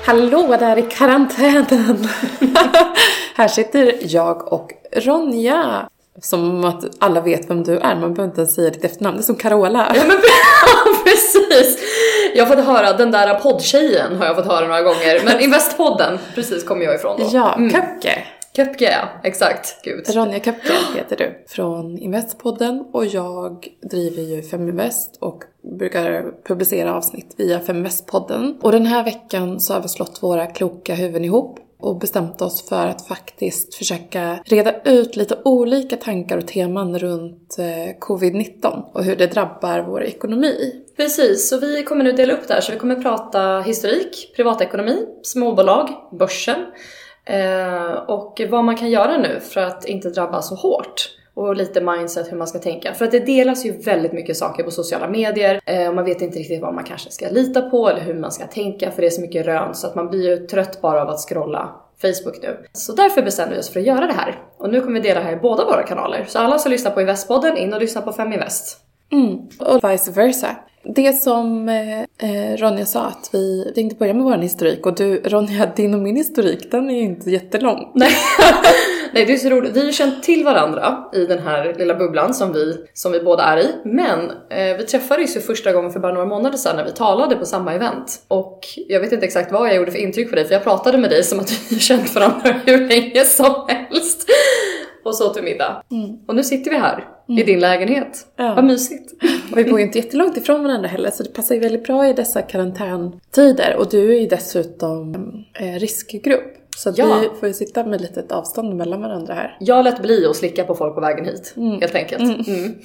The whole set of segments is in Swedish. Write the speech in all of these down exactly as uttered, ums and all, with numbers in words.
Hallå där i karantänen. Här sitter jag och Ronja. Som att alla vet vem du är. Man behöver inte säga ditt efternamn. Det är som Carola. Ja, men precis. Jag har fått höra, den där poddtjejen har jag fått höra några gånger. Men Investpodden, precis, kommer jag ifrån då. Ja, mm. Köpke. Köpke, ja. Exakt. Gud. Ronja Köpke heter du. Från Investpodden. Och jag driver ju Feminvest och brukar publicera avsnitt via Feminvestpodden. Och den här veckan så har vi slått våra kloka huvuden ihop. Och bestämt oss för att faktiskt försöka reda ut lite olika tankar och teman runt covid nitton. Och hur det drabbar vår ekonomi. Precis, så vi kommer nu dela upp det här. Så vi kommer prata historik, privatekonomi, småbolag, börsen. Eh, och vad man kan göra nu för att inte drabbas så hårt. Och lite mindset hur man ska tänka. För att det delas ju väldigt mycket saker på sociala medier. Eh, och man vet inte riktigt vad man kanske ska lita på. Eller hur man ska tänka. För det är så mycket rön. Så att man blir ju trött bara av att scrolla Facebook nu. Så därför bestämde vi oss för att göra det här. Och nu kommer vi dela här i båda våra kanaler. Så alla som lyssnar på Investpodden, in och lyssna på Feminvest. Mm. Och vice versa. Det som eh, Ronja sa att vi tänkte börja med vår historik. Och du, Ronja, din och min historik, den är ju inte jättelång. Nej. Nej, det är så roligt. Vi har känt till varandra i den här lilla bubblan som vi, som vi båda är i. Men eh, vi träffades ju första gången för bara några månader sedan när vi talade på samma event. Och jag vet inte exakt vad jag gjorde för intryck på dig. För jag pratade med dig som att vi har känt varandra hur länge som helst. Och så till middag. Mm. Och nu sitter vi här mm. i din lägenhet. Ja. Vad mysigt. Och vi bor ju inte jättelångt ifrån varandra heller. Så det passar ju väldigt bra i dessa karantäntider. Och du är ju dessutom eh, riskgrupp. Så ja. Vi får ju sitta med lite ett avstånd mellan varandra här. Jag lät bli att slicka på folk på vägen hit. Mm. Helt enkelt. Mm.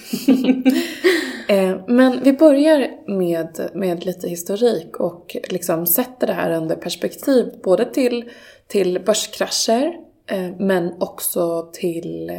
Mm. eh, men vi börjar med, med lite historik. Och liksom sätter det här under perspektiv. Både till, till börskrascher. Men också till,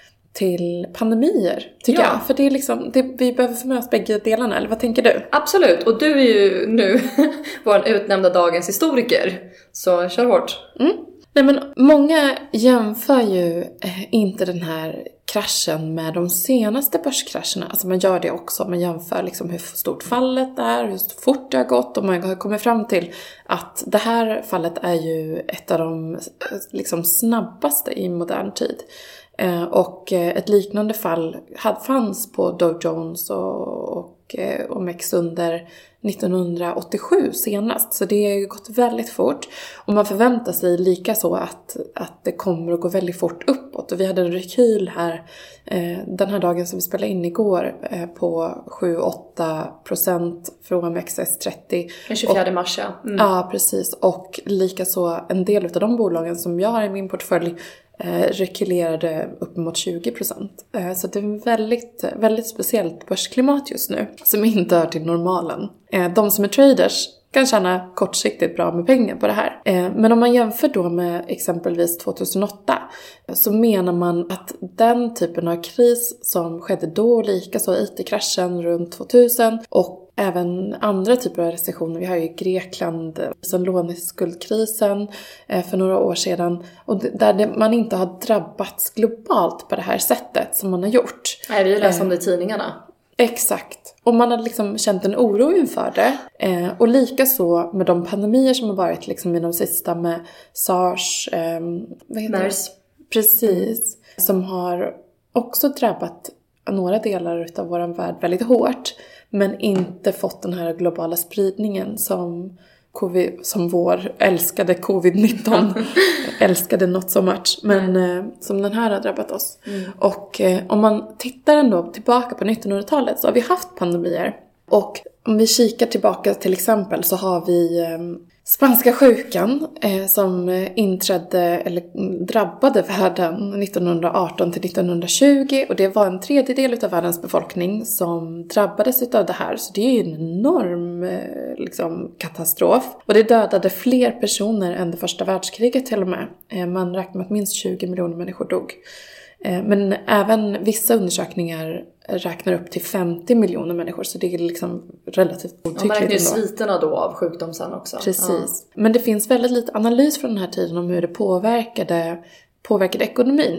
till pandemier, tycker ja. jag. För det är liksom, det, vi behöver få med oss bägge delarna, eller vad tänker du? Absolut, och du är ju nu vår utnämnda dagens historiker. Så kör hårt. Mm. Nej, men många jämför ju eh, inte den här kraschen med de senaste börskrascherna. Alltså man gör det också. Man jämför liksom hur stort fallet är, hur fort det har gått. Och man har kommit fram till att det här fallet är ju ett av de liksom snabbaste i modern tid. Eh, och ett liknande fall hade, fanns på Dow Jones och, och eh, O M X under nittonhundraåttiosju senast. Så det har ju gått väldigt fort. Och man förväntar sig lika så att, att det kommer att gå väldigt fort uppåt. Och vi hade en rekyl här eh, den här dagen som vi spelade in igår eh, på sju till åtta procent från O M X S trettio. Den tjugofjärde mars, ja. Mm. Ja, precis. Och lika så en del av de bolagen som jag har i min portfölj Eh, rekylerade upp mot tjugo procent. Eh, så det är väldigt, väldigt speciellt börsklimat just nu. Som inte hör till normalen. Eh, de som är traders kan tjäna kortsiktigt bra med pengar på det här. Eh, men om man jämför då med exempelvis tjugohundraåtta. Så menar man att den typen av kris som skedde då, lika så I T-kraschen runt tvåtusen. Och även andra typer av recessioner. Vi har ju Grekland, sen låneskuldkrisen för några år sedan. Och där man inte har drabbats globalt på det här sättet som man har gjort. Nej, vi läser om det i tidningarna. Exakt. Och man har liksom känt en oro inför det. Eh, och lika så med de pandemier som har varit liksom i de sista med SARS. Eh, vad heter MERS. Det? Precis. Som har också drabbat några delar av vår värld väldigt hårt. Men inte fått den här globala spridningen som, COVID, som vår älskade covid nitton älskade not so much. Men eh, som den här har drabbat oss. Mm. Och eh, om man tittar ändå tillbaka på nittonhundratalet så har vi haft pandemier. Och om vi kikar tillbaka till exempel så har vi eh, spanska sjukan eh, som inträdde eller drabbade världen nittonhundraarton till nittonhundratjugo. Och det var en tredjedel av världens befolkning som drabbades av det här. Så det är ju en enorm eh, liksom, katastrof. Och det dödade fler personer än det första världskriget till och med. Eh, man räknar med att minst tjugo miljoner människor dog. Eh, men även vissa undersökningar räknar upp till femtio miljoner människor. Så det är liksom relativt otyckligt. Ja, man räknar ju sviterna då av sjukdom sen också. Precis. Ja. Men det finns väldigt lite analys från den här tiden om hur det påverkade, påverkade ekonomin.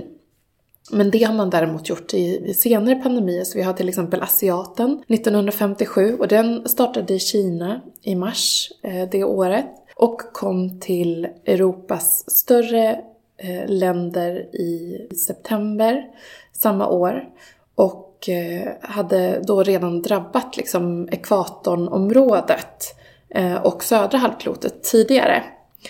Men det har man däremot gjort i, i senare pandemier. Så vi har till exempel Asiaten nittonhundrafemtiosju. Och den startade i Kina i mars eh, det året. och kom till Europas större eh, länder i september samma år. Och eh, hade då redan drabbat liksom ekvatorområdet eh, och södra halvklotet tidigare.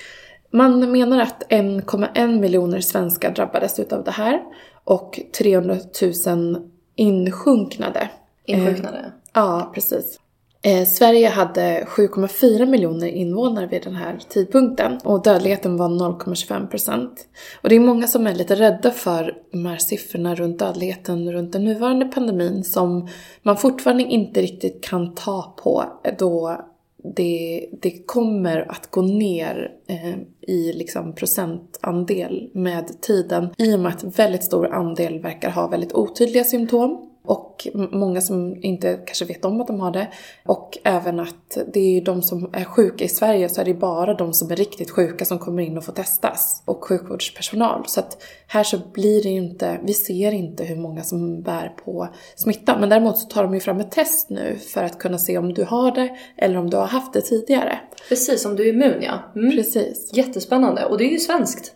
Man menar att en komma en miljoner svenskar drabbades utav det här och trehundratusen insjunknade. Insjunknade? Eh, ja, precis. Eh, Sverige hade sju komma fyra miljoner invånare vid den här tidpunkten och dödligheten var noll komma tjugofem procent. Och det är många som är lite rädda för de här siffrorna runt dödligheten runt den nuvarande pandemin som man fortfarande inte riktigt kan ta på då det, det kommer att gå ner eh, i liksom procentandel med tiden i och med att väldigt stor andel verkar ha väldigt otydliga symptom. Och många som inte kanske vet om att de har det. Och även att det är ju de som är sjuka i Sverige så är det bara de som är riktigt sjuka som kommer in och får testas. Och sjukvårdspersonal. Så att här så blir det ju inte, vi ser inte hur många som bär på smitta. Men däremot så tar de ju fram ett test nu för att kunna se om du har det eller om du har haft det tidigare. Precis, om du är immun, ja. Mm. Precis. Jättespännande. Och det är ju svenskt.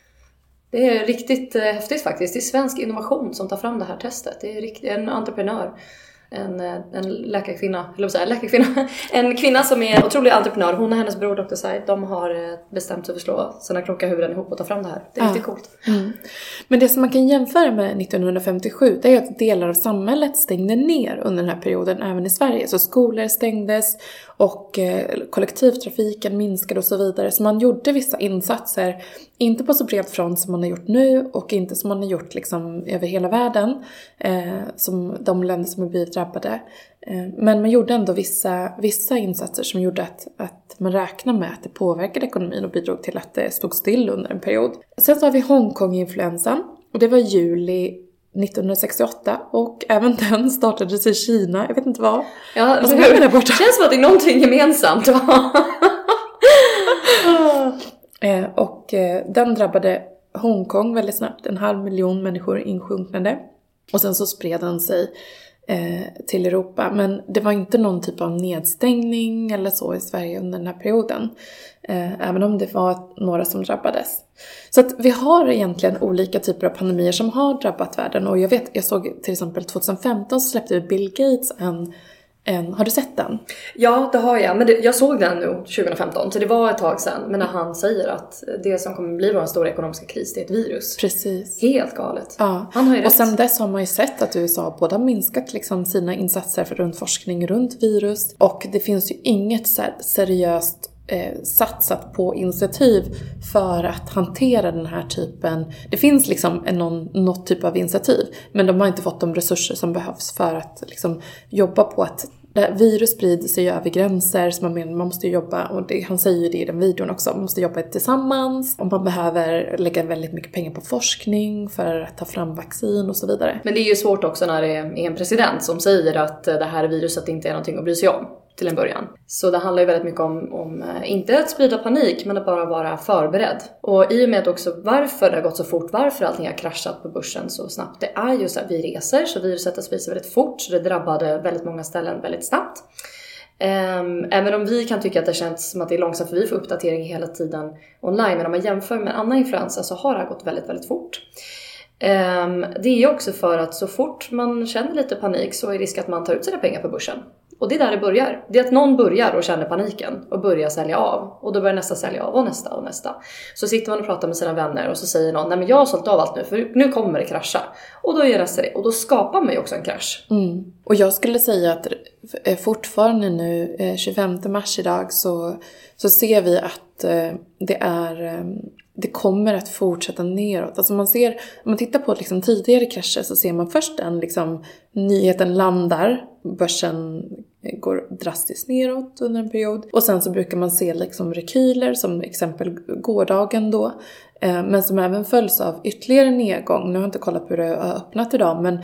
Det är riktigt eh, häftigt faktiskt. Det är svensk innovation som tar fram det här testet. Det är riktigt, en entreprenör, en, en läkarkvinna, eller säga, läkarkvinna, en kvinna som är en otrolig entreprenör. Hon och hennes bror doktor Said, de har bestämt sig för att slå sina kloka huvuden ihop och ta fram det här. Det är ja. riktigt coolt. Mm. Men det som man kan jämföra med nittonhundrafemtiosju, det är att delar av samhället stängde ner under den här perioden även i Sverige. Så skolor stängdes och eh, kollektivtrafiken minskade och så vidare. Så man gjorde vissa insatser, inte på så bred front som man har gjort nu och inte som man har gjort liksom över hela världen, eh, som de länder som har blivit drabbade. Eh, men man gjorde ändå vissa, vissa insatser som gjorde att, att man räknar med att det påverkade ekonomin och bidrog till att det stod still under en period. Sen så har vi Hongkong-influensan och det var juli nittonhundrasextioåtta och även den startades i Kina. Jag vet inte vad. Ja, vad som händer där borta. Det känns som att det är någonting gemensamt. eh, och eh, den drabbade Hongkong väldigt snabbt. En halv miljon människor insjunknade. Och sen så spred den sig eh, till Europa. Men det var inte någon typ av nedstängning eller så i Sverige under den här perioden. Eh, även om det var några som drabbades. Så att vi har egentligen olika typer av pandemier som har drabbat världen. Och jag vet, jag såg till exempel tjugohundrafemton så släppte Bill Gates en, en... Har du sett den? Ja, det har jag. Men det, jag såg den nu tjugohundrafemton. Så det var ett tag sedan. Men när han säger att det som kommer bli vår stora ekonomiska kris, det är ett virus. Precis. Helt galet. Ja. Han har ju rätt. Och sen dess har man ju sett att U S A både har minskat liksom sina insatser för runt forskning runt virus. Och det finns ju inget seriöst Eh, satsat på initiativ för att hantera den här typen. Det finns liksom en, någon, något typ av initiativ, men de har inte fått de resurser som behövs för att liksom jobba på att virus sprider sig över gränser. Så man, menar, man måste jobba, och det, han säger ju det i den videon också, man måste jobba tillsammans och man behöver lägga väldigt mycket pengar på forskning för att ta fram vaccin och så vidare. Men det är ju svårt också när det är en president som säger att det här viruset inte är någonting att bry sig om till en början. Så det handlar ju väldigt mycket om, om inte att sprida panik, men att bara vara förberedd. Och i och med att också varför det har gått så fort, varför allting har kraschat på börsen så snabbt, det är ju så att vi reser, så viruset har spridit sig väldigt fort, så det drabbade väldigt många ställen väldigt snabbt. Um, även om vi kan tycka att det känns som att det är långsamt, för vi får uppdatering hela tiden online, men om man jämför med annan influensa så har det här gått väldigt, väldigt fort. Um, det är ju också för att så fort man känner lite panik så är risk att man tar ut sina pengar på börsen. Och det är där det börjar. Det är att någon börjar och känner paniken och börjar sälja av. Och då börjar nästa sälja av och nästa och nästa. Så sitter man och pratar med sina vänner och så säger någon: nej men jag har sålt av allt nu för nu kommer det krascha. Och då gör nästa det. Och då skapar man ju också en krasch. Mm. Och jag skulle säga att fortfarande nu, tjugofemte mars idag, så, så ser vi att det är... det kommer att fortsätta neråt. Alltså man ser, om man tittar på liksom tidigare krascher så ser man först en liksom, nyheten landar, börsen går drastiskt neråt under en period. Och sen så brukar man se liksom rekyler, som exempel gårdagen då. Eh, men som även följs av ytterligare nedgång. Nu har jag inte kollat på hur det har öppnat idag, men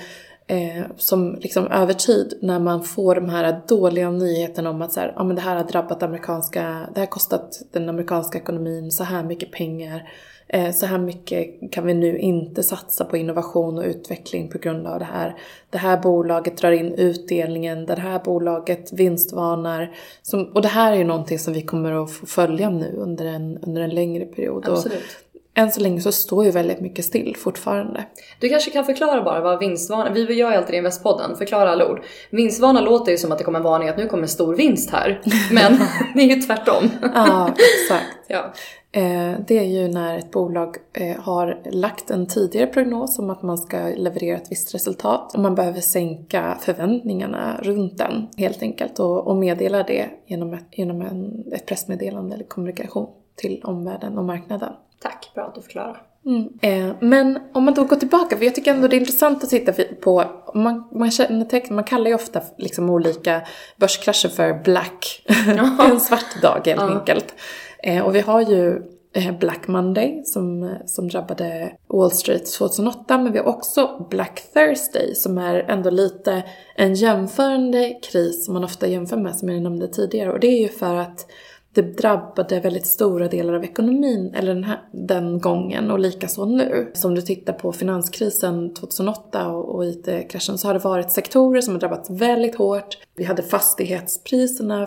Eh, som liksom över tid när man får de här dåliga nyheterna om att så här, ja, men det här har drabbat amerikanska, det här har kostat den amerikanska ekonomin så här mycket pengar, eh, så här mycket kan vi nu inte satsa på innovation och utveckling på grund av det här. Det här bolaget drar in utdelningen, det här bolaget vinstvarnar, som, och det här är ju någonting som vi kommer att få följa nu under en, under en längre period. Absolut. Och än så länge så står ju väldigt mycket still fortfarande. Du kanske kan förklara bara vad vinstvarna... Vi gör ju alltid i Investpodden, förklara alla ord. Vinstvarna låter ju som att det kommer en varning att nu kommer en stor vinst här. Men det är ju tvärtom. Ja, exakt. Ja. Eh, det är ju när ett bolag eh, har lagt en tidigare prognos om att man ska leverera ett visst resultat. Och man behöver sänka förväntningarna runt den helt enkelt. Och, och meddela det genom, ett, genom en, ett pressmeddelande eller kommunikation till omvärlden och marknaden. Tack, bra att du förklarar. Mm. Eh, men om man då går tillbaka, för jag tycker ändå det är intressant att titta på, man, man, känner, man kallar ju ofta liksom olika börskrascher för black, en svart dag helt ja. enkelt. Eh, och vi har ju eh, Black Monday som, som drabbade Wall Street tjugohundraåtta, men vi har också Black Thursday som är ändå lite en jämförande kris som man ofta jämför med, som jag nämnde tidigare, och det är ju för att det drabbade väldigt stora delar av ekonomin eller den, här, den gången och likaså nu. Som du tittar på finanskrisen tjugohundraåtta och, och I T-kraschen så har det varit sektorer som har drabbats väldigt hårt. Vi hade fastighetspriserna,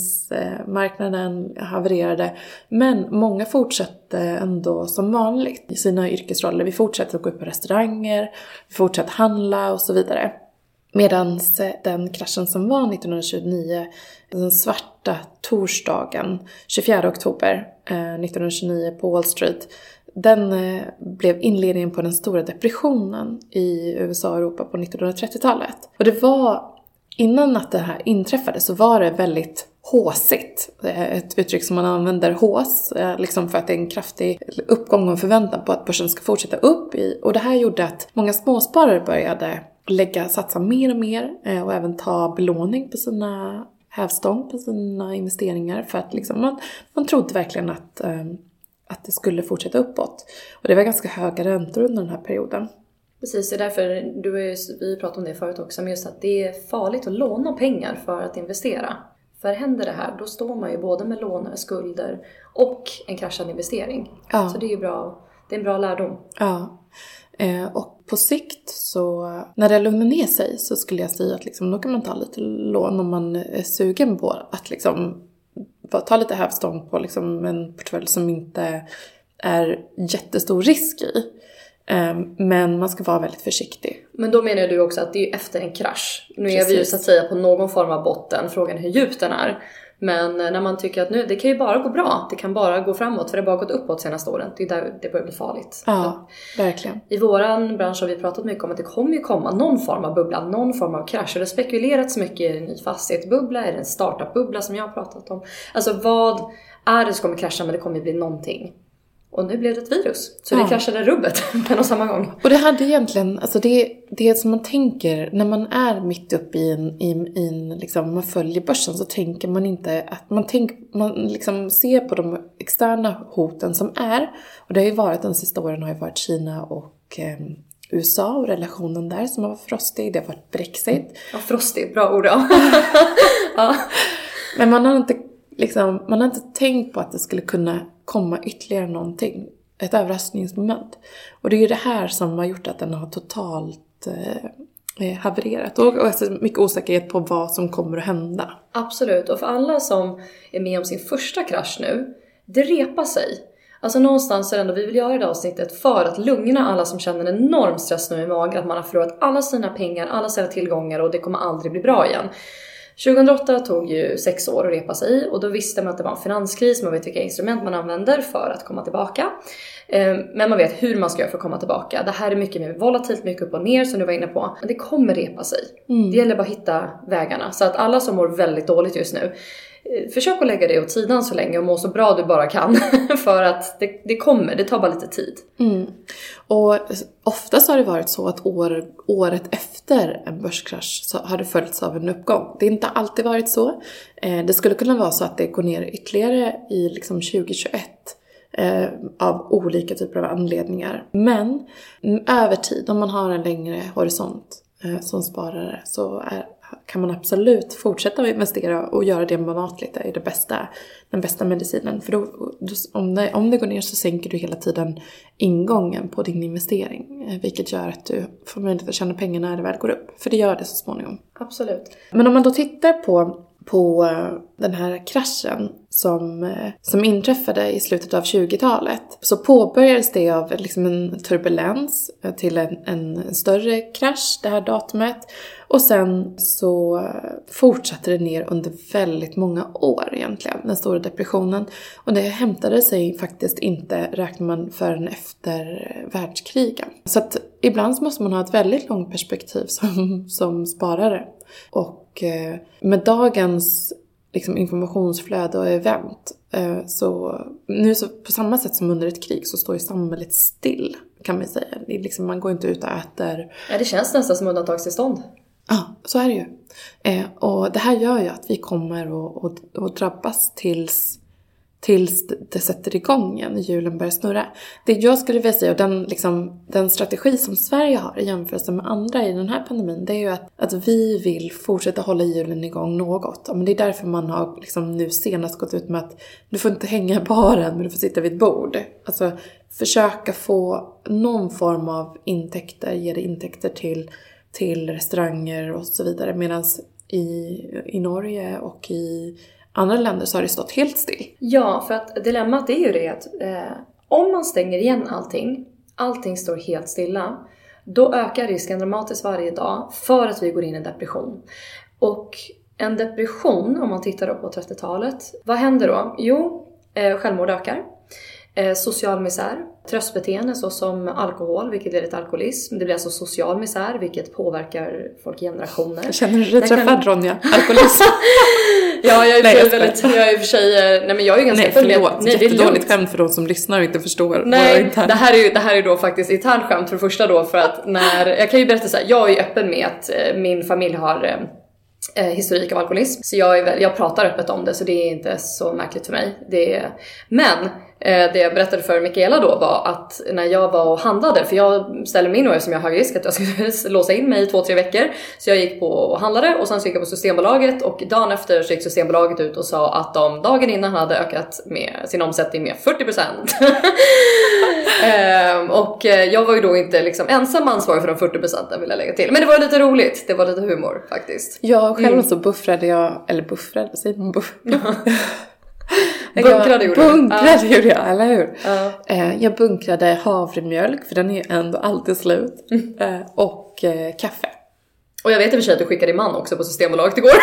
finansmarknaden havererade. Men många fortsatte ändå som vanligt i sina yrkesroller. Vi fortsatte att gå upp på restauranger, vi fortsatte handla och så vidare. Medan den kraschen som var nittonhundratjugonio, den svarta torsdagen, tjugofjärde oktober nittonhundratjugonio på Wall Street, den blev inledningen på den stora depressionen i U S A och Europa på nittonhundratrettiotalet. Och det var, innan att det här inträffade så var det väldigt håsigt. Ett uttryck som man använder, hås, liksom för att det är en kraftig uppgång och förväntan på att börsen ska fortsätta upp i. Och det här gjorde att många småsparare började lägga, satsa mer och mer och även ta belåning på sina hävstång, på sina investeringar, för att liksom man, man trodde verkligen att, att det skulle fortsätta uppåt. Och det var ganska höga räntor under den här perioden. Precis, det är därför du är, vi pratade om det förut också, men just att det är farligt att låna pengar för att investera. För händer det här, då står man ju både med lån, skulder och en kraschad investering. Ja. Så det är ju bra, det är en bra lärdom. Ja. Eh, och på sikt så, när det lugnar ner sig, så skulle jag säga att liksom, då kan man ta lite lån om man är sugen på att liksom, ta lite hävstång på liksom, en portfölj som inte är jättestor risk i. Eh, men man ska vara väldigt försiktig. Men då menar du också att det är efter en krasch. Nu Precis. Är vi ju så att säga på någon form av botten, frågan hur djup den är. Men när man tycker att nu, det kan ju bara gå bra. Det kan bara gå framåt, för det har bara gått uppåt senaste åren. Det är där det börjar bli farligt. Ja, verkligen. I våran bransch har vi pratat mycket om att det kommer ju komma någon form av bubbla, någon form av krasch. Och det har spekulerats mycket i en ny fastighetsbubbla, är det en startup-bubbla som jag har pratat om. Alltså vad är det som kommer krascha, men det kommer bli någonting. Och nu blev det ett virus. Så ja. Det kraschade rubbet på samma gång. Och det hade egentligen, alltså det, det som man tänker, när man är mitt uppe i en, i, i en liksom, man följer börsen, så tänker man inte att, man, tänk, man liksom ser på de externa hoten som är. Och det har ju varit, den sista åren har ju varit Kina och eh, U S A och relationen där som har varit frostig. Det har varit Brexit. Ja, frostig, bra ord ja. Ja. Men man har inte liksom, man har inte tänkt på att det skulle kunna komma ytterligare någonting. Ett överraskningsmoment. Och det är ju det här som har gjort att den har totalt eh, havererat. Och, och alltså mycket osäkerhet på vad som kommer att hända. Absolut. Och för alla som är med om sin första krasch nu, det repar sig. Alltså någonstans är det ändå, vi vill göra det här avsnittet för att lugna alla som känner en enorm stress nu i magen. Att man har förlorat alla sina pengar, alla sina tillgångar och det kommer aldrig bli bra igen. tjugohundraåtta tog ju sex år att repa sig och då visste man att det var en finanskris. Man vet vilka instrument man använder för att komma tillbaka. Men man vet hur man ska göra för att komma tillbaka. Det här är mycket mer volatilt, mycket upp och ner som du var inne på. Men det kommer repa sig. Mm. Det gäller bara att hitta vägarna. Så att alla som mår väldigt dåligt just nu, försök att lägga det åt sidan så länge och må så bra du bara kan. För att det, det kommer, det tar bara lite tid. Mm. Och oftast har det varit så att år, året efter en börskrasch så har det följts av en uppgång. Det har inte alltid varit så. Eh, det skulle kunna vara så att det går ner ytterligare i liksom tjugohundratjugoett. Eh, av olika typer av anledningar. Men över tid, om man har en längre horisont, eh, som sparare så är, kan man absolut fortsätta att investera och göra det månatligt. Det är det bästa, den bästa medicinen. För då, då, om, det, om det går ner så sänker du hela tiden ingången på din investering. Eh, vilket gör att du får möjlighet att tjäna pengar när det väl går upp. För det gör det så småningom. Absolut. Men om man då tittar på på den här kraschen som, som inträffade i slutet av tjugotalet så påbörjades det av liksom en turbulens till en, en större krasch, det här datumet. Och sen så fortsatte det ner under väldigt många år egentligen, den stora depressionen. Och det hämtade sig faktiskt inte, räknar man, förrän efter världskrigen. Så att ibland så måste man ha ett väldigt långt perspektiv som, som sparare. Och med dagens liksom, informationsflöde och event så nu så på samma sätt som under ett krig så står ju samhället still, kan man säga. Det är liksom, man går inte ut och äter. Ja, det känns nästan som undantagstillstånd. Ja, så är det ju. Eh, och det här gör ju att vi kommer att, att, att drabbas tills, tills det sätter igång igen, hjulen börjar snurra. Det jag skulle vilja säga, och den, liksom, den strategi som Sverige har i jämförelse med andra i den här pandemin, det är ju att, att vi vill fortsätta hålla hjulen igång något. Ja, men det är därför man har liksom, nu senast gått ut med att du får inte hänga i baren, men du får sitta vid ett bord. Alltså försöka få någon form av intäkter, ge det intäkter till till restauranger och så vidare. Medan i, i Norge och i andra länder så har det stått helt still. Ja, för att dilemmat är ju det att eh, om man stänger igen allting, allting står helt stilla, då ökar risken dramatiskt varje dag för att vi går in i en depression. Och en depression, om man tittar på trettiotalet, vad händer då? Jo, eh, självmord ökar. Eh, social misär, tröstbeteende såsom alkohol, vilket leder till alkoholism. Det blir alltså social misär, vilket påverkar folk i generationer. Jag känner dig träffad, kan... Ronja. Alkoholism. Ja, jag är nej, jag väldigt, jag är i och för sig, nej men jag är ganska nej, förlåt, nej, det är jättedåligt skämt för de som lyssnar och inte förstår. Nej, det här är ju, det här är då faktiskt internt skämt för det första då, för att när, jag kan ju berätta så här, jag är ju öppen med att min familj har eh, historik av alkoholism. Så jag, är väl, jag pratar öppet om det, så det är inte så märkligt för mig. Det är, men eh, det jag berättade för Mikaela då var att när jag var och handlade, för jag ställde mig in och som jag har hög risk att jag skulle låsa in mig i två, tre veckor. Så jag gick på och handlade och sen så gick jag på Systembolaget, och dagen efter så gick Systembolaget ut och sa att de dagen innan hade ökat med sin omsättning med fyrtio procent. ehm, och jag var ju då inte liksom ensam ansvarig för de fyrtio procenten, vill jag lägga till. Men det var lite roligt, det var lite humor faktiskt. Ja, själv mm. så buffrade jag, eller buffrade, säger man buff. Bunkrade gjorde du. Bunkrade uh. gjorde jag, eller hur? Uh. Eh, jag bunkrade havremjölk, för den är ju ändå alltid slut. Mm. Eh, och eh, kaffe. Och jag vet i och för sig att du skickade din man också på Systembolaget igår.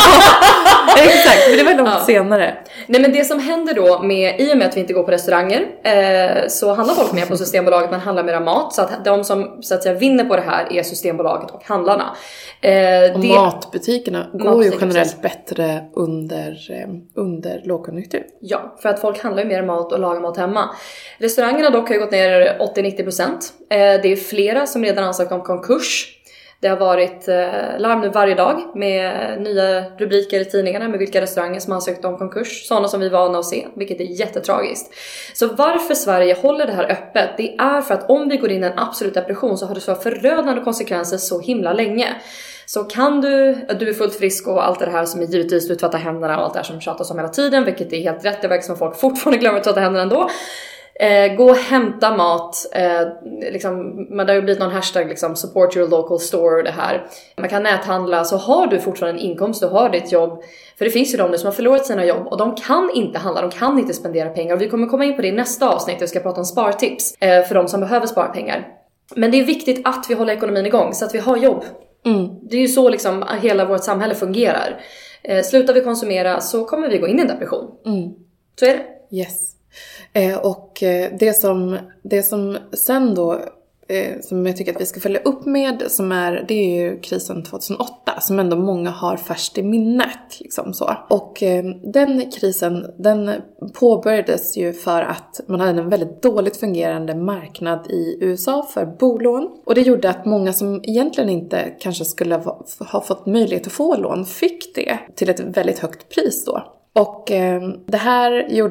Exakt, men det var långt ja. senare. Nej, men det som händer då med, i och med att vi inte går på restauranger, eh, så handlar folk mer på Systembolaget, man handlar mera mat. Så att de som så att säga vinner på det här är Systembolaget och handlarna. Eh, och det, matbutikerna går ju generellt precis. bättre under, eh, under lågkonjunktur. Ja, för att folk handlar ju mer mat och lagar mat hemma. Restaurangerna dock har ju gått ner åttio till nittio procent. Eh, det är flera som redan ansökt om konkurs. Det har varit eh, larm nu varje dag med nya rubriker i tidningarna med vilka restauranger som ansökt om konkurs. Sådana som vi är vana att se, vilket är jättetragiskt. Så varför Sverige håller det här öppet, det är för att om vi går in i en absolut depression så har det så förödande konsekvenser så himla länge. Så kan du, du är fullt frisk och allt det här som är givetvis du tvättar händerna och allt det här som tjatas om hela tiden, vilket är helt rätt, det verkar som folk fortfarande glömmer att tvätta händerna ändå. Eh, gå och hämta mat, eh, liksom, men det har ju blivit någon hashtag liksom, support your local store, det här. Man kan näthandla, så har du fortfarande en inkomst, du har ditt jobb. För det finns ju de nu som har förlorat sina jobb och de kan inte handla, de kan inte spendera pengar. Och vi kommer komma in på det i nästa avsnitt där vi ska prata om spartips eh, för de som behöver spara pengar. Men det är viktigt att vi håller ekonomin igång så att vi har jobb. Mm. Det är ju så liksom hela vårt samhälle fungerar. Eh, slutar vi konsumera så kommer vi gå in i en depression. Mm. Så är det. Yes. Eh, och eh, det, som, det som sen då eh, som jag tycker att vi ska följa upp med, som är, det är ju krisen tjugohundraåtta som ändå många har färskt i minnet liksom så. Och eh, den krisen, den påbörjades ju för att man hade en väldigt dåligt fungerande marknad i U S A för bolån, och det gjorde att många som egentligen inte kanske skulle ha, ha fått möjlighet att få lån fick det till ett väldigt högt pris då. Och eh, det här gjorde att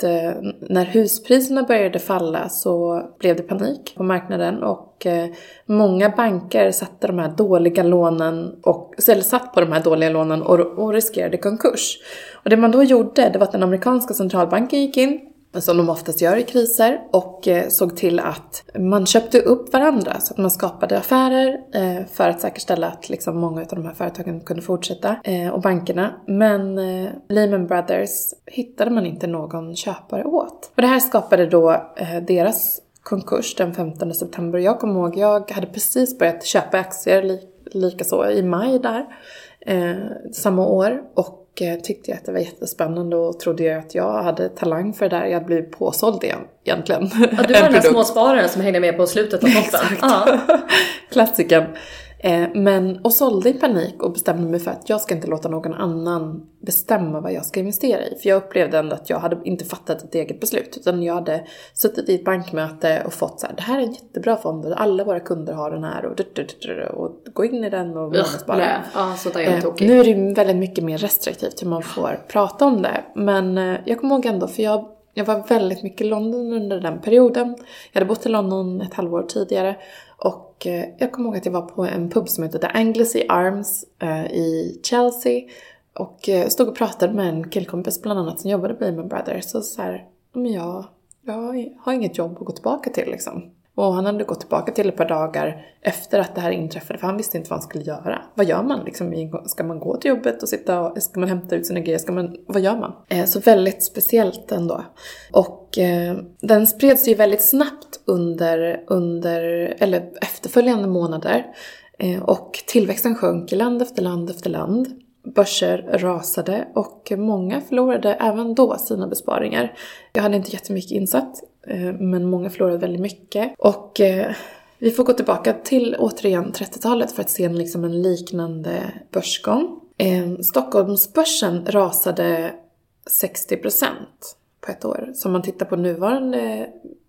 att eh, när huspriserna började falla så blev det panik på marknaden och eh, många banker satte de här dåliga lånen och, eller satt på de här dåliga lånen och, och riskerade konkurs. Och det man då gjorde, det var att den amerikanska centralbanken gick in, som de oftast gör i kriser, och eh, såg till att man köpte upp varandra så att man skapade affärer eh, för att säkerställa att liksom, många av de här företagen kunde fortsätta eh, och bankerna. Men eh, Lehman Brothers hittade man inte någon köpare åt. Och det här skapade då eh, deras konkurs den femtonde september. Jag kommer ihåg, jag hade precis börjat köpa aktier li- lika så i maj där eh, samma år, och Och tyckte jag att det var jättespännande och trodde jag att jag hade talang för det där. Jag hade blivit påsåld igen, egentligen. Ja, du var den här småspararen som hängde med på slutet av toppen. Exakt. Klassiken. Men, och sålde i panik och bestämde mig för att jag ska inte låta någon annan bestämma vad jag ska investera i. För jag upplevde ändå att jag hade inte fattat ett eget beslut. Utan jag hade suttit i ett bankmöte och fått så här: det här är en jättebra fond och alla våra kunder har den här. Och, och gå in i den och månadsspara. Ja, så är det okej. Nu är det väldigt mycket mer restriktivt hur man får prata om det. Men jag kommer ihåg ändå, för jag... Jag var väldigt mycket i London under den perioden. Jag hade bott i London ett halvår tidigare. Och jag kommer ihåg att jag var på en pub som heter The Anglesey Arms i Chelsea. Och stod och pratade med en killkompis bland annat som jobbade på Lehman Brothers. Så så här, men jag, jag har inget jobb att gå tillbaka till liksom. Och han hade gått tillbaka till ett par dagar efter att det här inträffade. För han visste inte vad han skulle göra. Vad gör man liksom? Ska man gå till jobbet och sitta och ska man hämta ut sina grejer? Ska man, vad gör man? Eh, så väldigt speciellt ändå. Och eh, den spreds ju väldigt snabbt under, under eller efterföljande månader. Eh, och tillväxten sjönk i land efter land efter land. Börser rasade och många förlorade även då sina besparingar. Jag hade inte jättemycket insatt, men många förlorade väldigt mycket. Och eh, vi får gå tillbaka till återigen trettiotalet för att se en, liksom en liknande börsgång. Eh, Stockholmsbörsen rasade sextio procent på ett år. Så om man tittar på nuvarande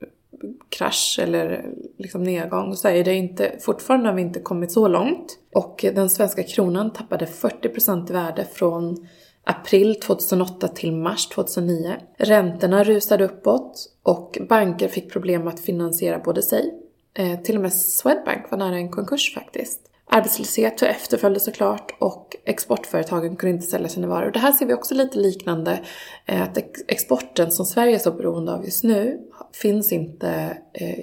krasch eller liksom nedgång så är det inte, fortfarande har vi inte kommit så långt. Och den svenska kronan tappade fyrtio procent i värde från april tjugohundraåtta till mars tjugohundranio. Räntorna rusade uppåt och banker fick problem att finansiera både sig. Eh, till och med Swedbank var nära en konkurs faktiskt. Arbetslöshet efterföljde såklart och exportföretagen kunde inte sälja sina varor. Det här ser vi också lite liknande. Att exporten som Sverige är så beroende av just nu finns inte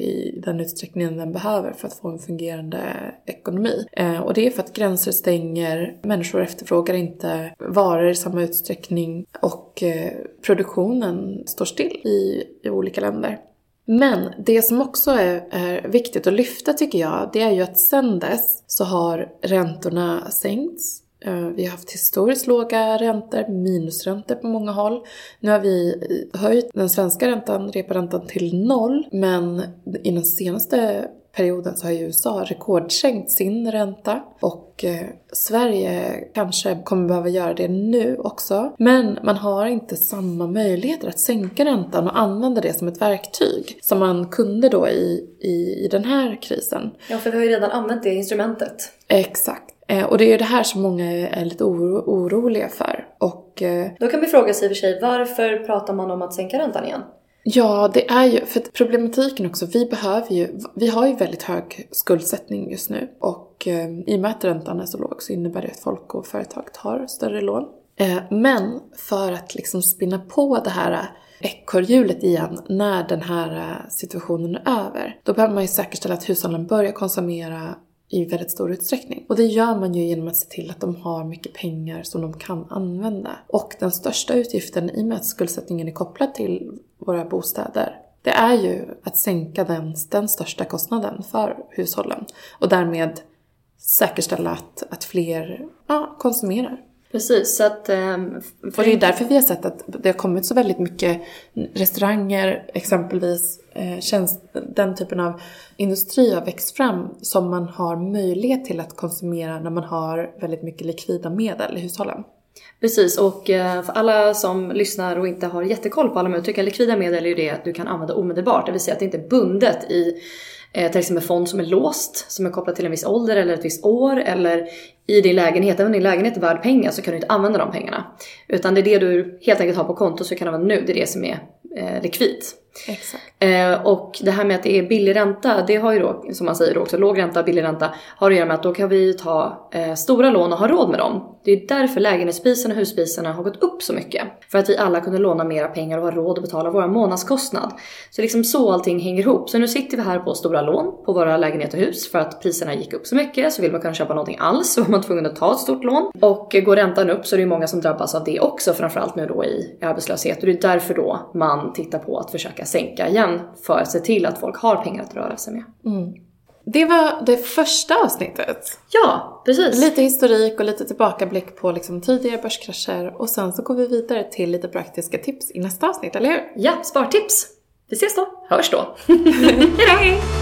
i den utsträckningen den behöver för att få en fungerande ekonomi. Och det är för att gränser stänger, människor efterfrågar inte varor i samma utsträckning och produktionen står still i, i olika länder. Men det som också är, är viktigt att lyfta tycker jag, det är ju att sedan dess så har räntorna sänkts. Vi har haft historiskt låga räntor, minusräntor på många håll. Nu har vi höjt den svenska räntan, reporäntan till noll. Men i den senaste perioden så har ju U S A rekordsänkt sin ränta. Och eh, Sverige kanske kommer behöva göra det nu också. Men man har inte samma möjligheter att sänka räntan och använda det som ett verktyg. Som man kunde då i, i, i den här krisen. Ja, för vi har ju redan använt det instrumentet. Exakt. Och det är ju det här som många är lite oro, oroliga för. Och, då kan vi fråga sig i och för sig, varför pratar man om att sänka räntan igen? Ja, det är ju, för problematiken också, vi behöver ju, vi har ju väldigt hög skuldsättning just nu. Och eh, i och med att räntan är så låg så innebär det att folk och företag tar större lån. Eh, men för att liksom spinna på det här ekorrhjulet igen när den här situationen är över, då behöver man ju säkerställa att hushållen börjar konsumera i väldigt stor utsträckning. Och det gör man ju genom att se till att de har mycket pengar som de kan använda. Och den största utgiften i och med att skuldsättningen är kopplad till våra bostäder, det är ju att sänka den, den största kostnaden för hushållen. Och därmed säkerställa att, att fler ja, konsumerar. Precis, så att... Um, och det är därför vi har sett att det har kommit så väldigt mycket restauranger, exempelvis eh, tjänst, den typen av industri har växt fram som man har möjlighet till att konsumera när man har väldigt mycket likvida medel i hushållen. Precis, och för alla som lyssnar och inte har jättekoll på alla möjliga tycker likvida medel är ju det du kan använda omedelbart. Det vill säga att det inte är bundet i till exempel fond som är låst, som är kopplat till en viss ålder eller ett visst år, eller i din lägenhet. Även om din lägenhet är värd pengar så kan du inte använda de pengarna. Utan det är det du helt enkelt har på konto så kan du använda nu. Det är det som är eh, likvidt. Exakt. Eh, och det här med att det är billig ränta, det har ju då, som man säger också, låg ränta, billig ränta, har att göra med att då kan vi ta eh, stora lån och ha råd med dem. Det är därför lägenhetspriserna och huspriserna har gått upp så mycket. För att vi alla kunde låna mera pengar och ha råd att betala våra månadskostnad. Så liksom så allting hänger ihop. Så nu sitter vi här på stora lån på våra lägenheter och hus för att priserna gick upp så mycket. Så vill man kunna köpa någonting alls så var man tvungen att ta ett stort lån. Och går räntan upp så är det ju många som drabbas av det också, framförallt nu då i arbetslöshet. Och det är därför då man tittar på att försöka sänka igen för att se till att folk har pengar att röra sig med. Mm. Det var det första avsnittet. Ja, precis. Lite historik och lite tillbakablick på liksom tidigare börskrascher. Och sen så går vi vidare till lite praktiska tips i nästa avsnitt, eller hur? Ja, spartips. Vi ses då. Hörs då. Hej då!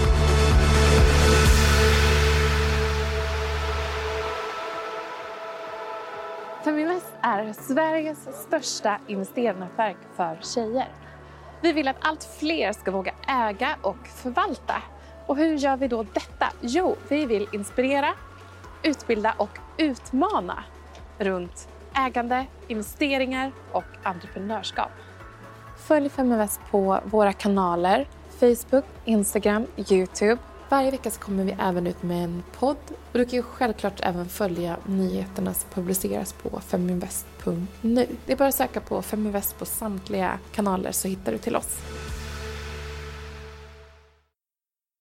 Feminvest är Sveriges största investeringsnätverk för tjejer. Vi vill att allt fler ska våga äga och förvalta. Och hur gör vi då detta? Jo, vi vill inspirera, utbilda och utmana runt ägande, investeringar och entreprenörskap. Följ Feminvest på våra kanaler Facebook, Instagram, YouTube. Varje vecka så kommer vi även ut med en podd. Och du kan ju självklart även följa nyheterna som publiceras på feminvest punkt nu. Det är bara att söka på Feminvest på samtliga kanaler så hittar du till oss.